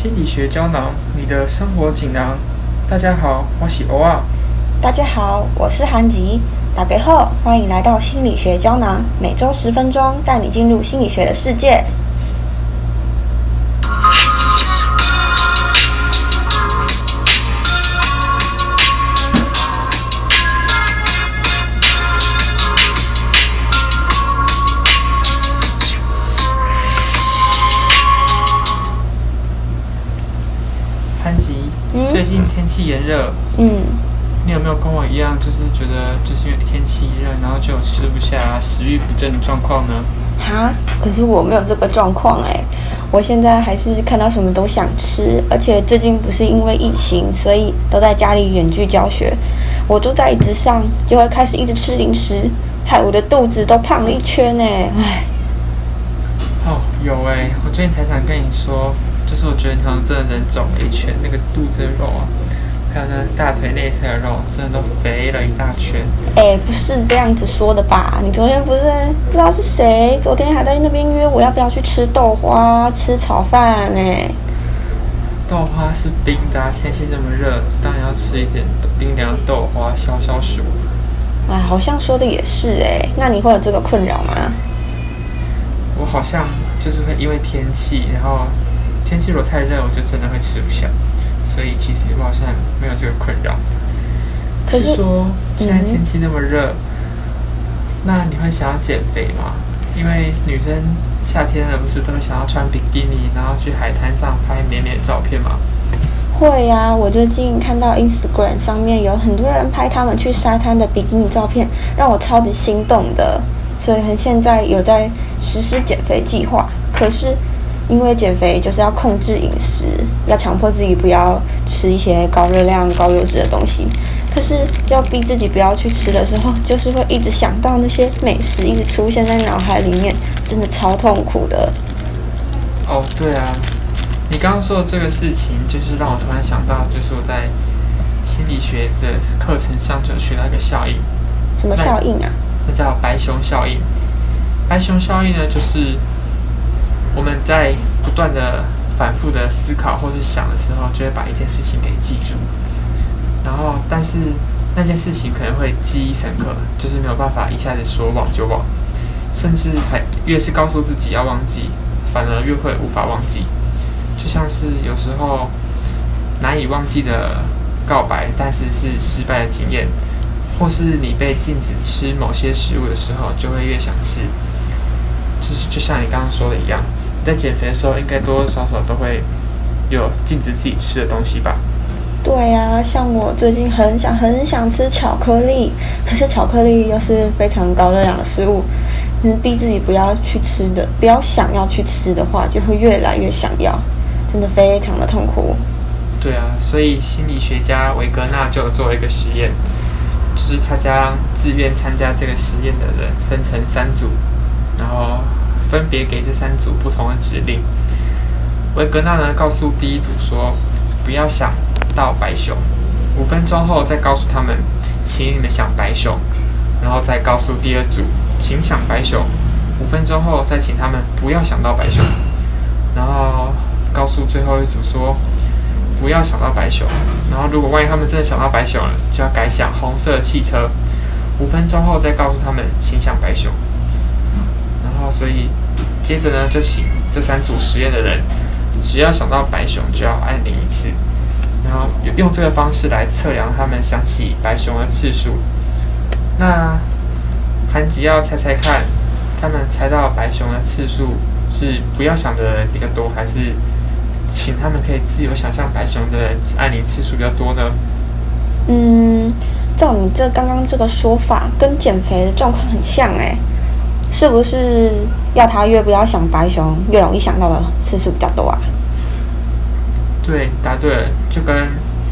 心理学胶囊，你的生活锦囊。大家好，我是欧啊。 大家好，我是韩吉。大家好，欢迎来到心理学胶囊，每周10分钟，带你进入心理学的世界。 韩吉，最近天气炎热，你有没有跟我一样，就是觉得就是因为天气热，然后就有吃不下、食欲不振的状况呢？ 哈，可是我没有这个状况哎，我现在还是看到什么都想吃，而且最近不是因为疫情，所以都在家里远距教学，我坐在椅子上就会开始一直吃零食，害我的肚子都胖了一圈哎，唉。 哦，有哎，我最近才想跟你说，就是我觉得你好像真的人肿了一圈，那个肚子的肉啊，还有那大腿内侧的肉，真的都肥了一大圈。 不是这样子说的吧？你昨天不知道是谁，昨天还在那边约我要不要去吃豆花、吃炒饭呢？ 豆花是冰的啊，天气这么热，当然要吃一点冰凉豆花消消暑。 啊，好像说的也是哎，那你会有这个困扰吗？ 我好像就是会因为天气，然后天气如果太热，我就真的会吃不下，所以其实我好像没有这个困扰。可是说现在天气那么热，那你会想要减肥吗？因为女生夏天了不是都想要穿比基尼，然后去海滩上拍美美的照片吗？ 会呀，我最近看到 Instagram 上面有很多人拍他们去沙滩的比基尼照片，让我超级心动的。所以现在有在实施减肥计划，可是因为减肥就是要控制饮食，要强迫自己不要吃一些高热量、高油脂的东西。可是要逼自己不要去吃的时候，就是会一直想到那些美食，一直出现在脑海里面，真的超痛苦的。 哦，对啊，你刚刚说的这个事情，就是让我突然想到，就是我在心理学的课程上就学到一个效应。 什么效应啊？ 那叫白熊效应。白熊效应呢，就是我们在不断的反复的思考或是想的时候，就会把一件事情给记住。然后，但是那件事情可能会记忆深刻，就是没有办法一下子说忘就忘，甚至还越是告诉自己要忘记，反而越会无法忘记。就像是有时候难以忘记的告白，但是是失败的经验。或是你被禁止吃某些食物的时候，就会越想吃。就像你刚刚说的一样，你在减肥的时候，应该多多少少都会有禁止自己吃的东西吧？ 对啊，像我最近很想吃巧克力，可是巧克力又是非常高热量的食物，逼自己不要去吃的，不要想要去吃的话，就会越来越想要，真的非常的痛苦。 对啊，所以心理学家维格纳就做了一个实验。就是他将自愿参加这个实验的人分成3组，然后分别给这3组不同的指令。维格纳呢告诉第一组说，不要想到白熊，5分钟后再告诉他们，请你们想白熊，然后再告诉第二组，请想白熊，5分钟后再请他们不要想到白熊，然后告诉最后一组说，不要想到白熊，然后如果万一他们真的想到白熊了，就要改想红色的汽车。5分钟后再告诉他们，请想白熊。然后所以接着呢，就请这3组实验的人，只要想到白熊就要按铃1次，然后用这个方式来测量他们想起白熊的次数。那韩吉要猜猜看，他们猜到白熊的次数是不要想的人比较多，还是请他们可以自由想象白熊的人按铃次数比较多呢？ 照你刚刚这个说法，跟减肥的状况很像哎，是不是要他越不要想白熊，越容易想到的次数比较多啊？ 对，答对了，就跟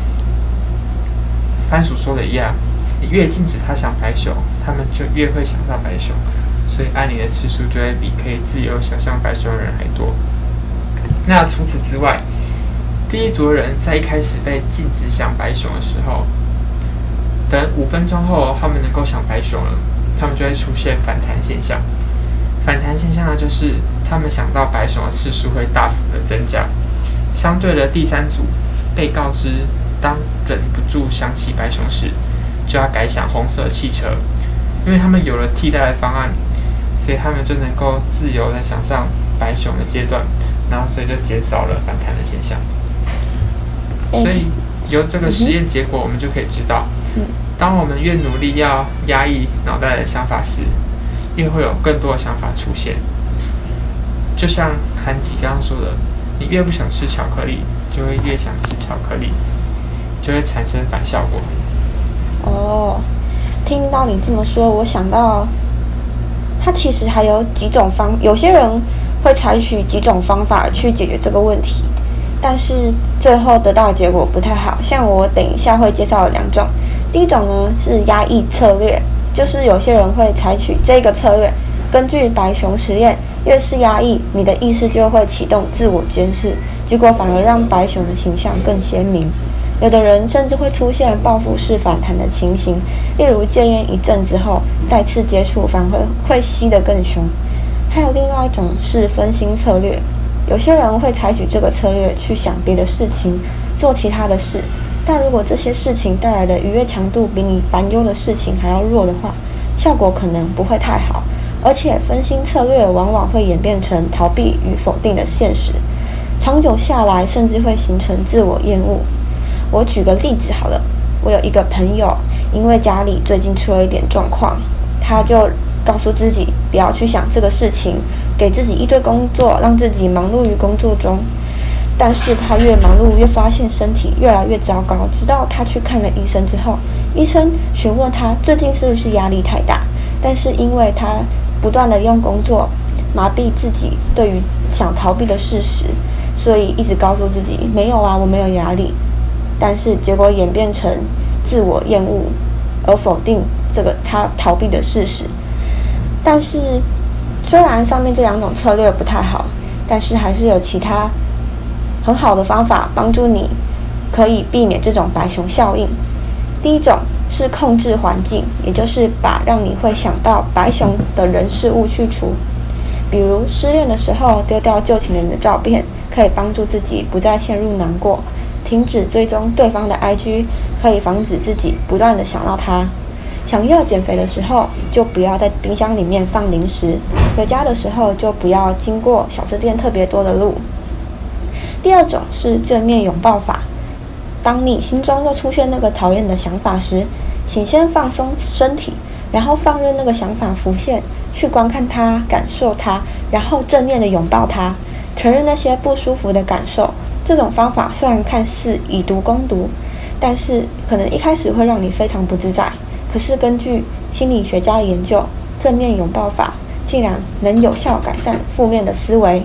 番薯说的一样，你越禁止他想白熊，他们就越会想到白熊，所以按铃的次数就会比可以自由想象白熊的人还多。那除此之外，第一组的人在一开始被禁止想白熊的时候，等5分钟后，他们能够想白熊了，他们就会出现反弹现象。反弹现象呢，就是他们想到白熊的次数会大幅的增加。 相对的第三组被告知，当忍不住想起白熊时，就要改想红色汽车，因为他们有了替代的方案，所以他们就能够自由的想象白熊的阶段，然后所以就减少了反弹的现象。所以由这个实验结果，我们就可以知道，当我们越努力要压抑脑袋的想法时，越会有更多的想法出现。就像韩吉刚刚说的，你越不想吃巧克力，就会越想吃巧克力，就会产生反效果。 哦，听到你这么说，我想到，它其实还有几种有些人会采取几种方法去解决这个问题，但是最后得到的结果不太好。像我等一下会介绍的2种，第一种呢是压抑策略，就是有些人会采取这个策略，根据白熊实验，越是压抑，你的意识就会启动自我监视，结果反而让白熊的形象更鲜明。有的人甚至会出现报复式反弹的情形，例如戒烟一阵之后，再次接触反而会吸得更凶。还有另外一种是分心策略，有些人会采取这个策略去想别的事情，做其他的事，但如果这些事情带来的愉悦强度比你烦忧的事情还要弱的话，效果可能不会太好。而且分心策略往往会演变成逃避与否定的现实，长久下来甚至会形成自我厌恶。我举个例子好了，我有一个朋友，因为家里最近出了一点状况，他就告诉自己不要去想这个事情，给自己一堆工作，让自己忙碌于工作中。但是他越忙碌越发现身体越来越糟糕，直到他去看了医生之后，医生询问他最近是不是压力太大，但是因为他不断的用工作麻痹自己对于想逃避的事实，所以一直告诉自己没有啊，我没有压力。但是结果演变成自我厌恶，而否定这个他逃避的事实。但是虽然上面这2种策略不太好，但是还是有其他很好的方法帮助你可以避免这种白熊效应。第一种是控制环境，也就是把让你会想到白熊的人事物去除。比如失恋的时候丢掉旧情人的照片，可以帮助自己不再陷入难过。停止追踪对方的 IG， 可以防止自己不断的想到他。想要减肥的时候，就不要在冰箱里面放零食。回家的时候，就不要经过小吃店特别多的路。第2种是正面拥抱法。当你心中又出现那个讨厌的想法时，请先放松身体，然后放任那个想法浮现，去观看它，感受它，然后正面的拥抱它，承认那些不舒服的感受。这种方法虽然看似以毒攻毒，但是可能一开始会让你非常不自在。可是根据心理学家的研究，正面拥抱法竟然能有效改善负面的思维。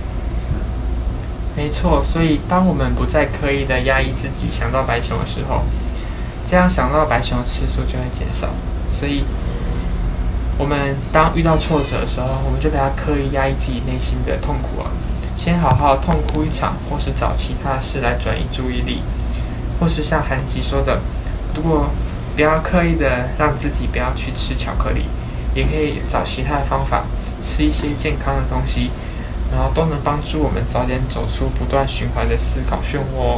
没错，所以当我们不再刻意的压抑自己想到白熊的时候，这样想到白熊的次数就会减少。所以我们当遇到挫折的时候，我们就不要刻意压抑自己内心的痛苦啊，先好好痛哭一场，或是找其他事来转移注意力，或是像韩吉说的，如果不要刻意的让自己不要去吃巧克力，也可以找其他的方法，吃一些健康的东西，然后都能帮助我们早点走出不断循环的思考漩涡。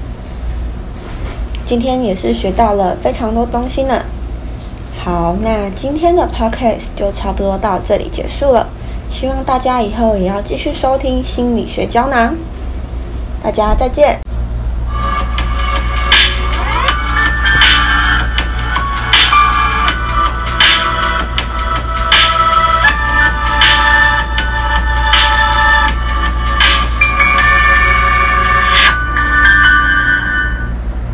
今天也是学到了非常多东西呢。好，那今天的 podcast 就差不多到这里结束了。希望大家以后也要继续收听心理学胶囊。大家再见。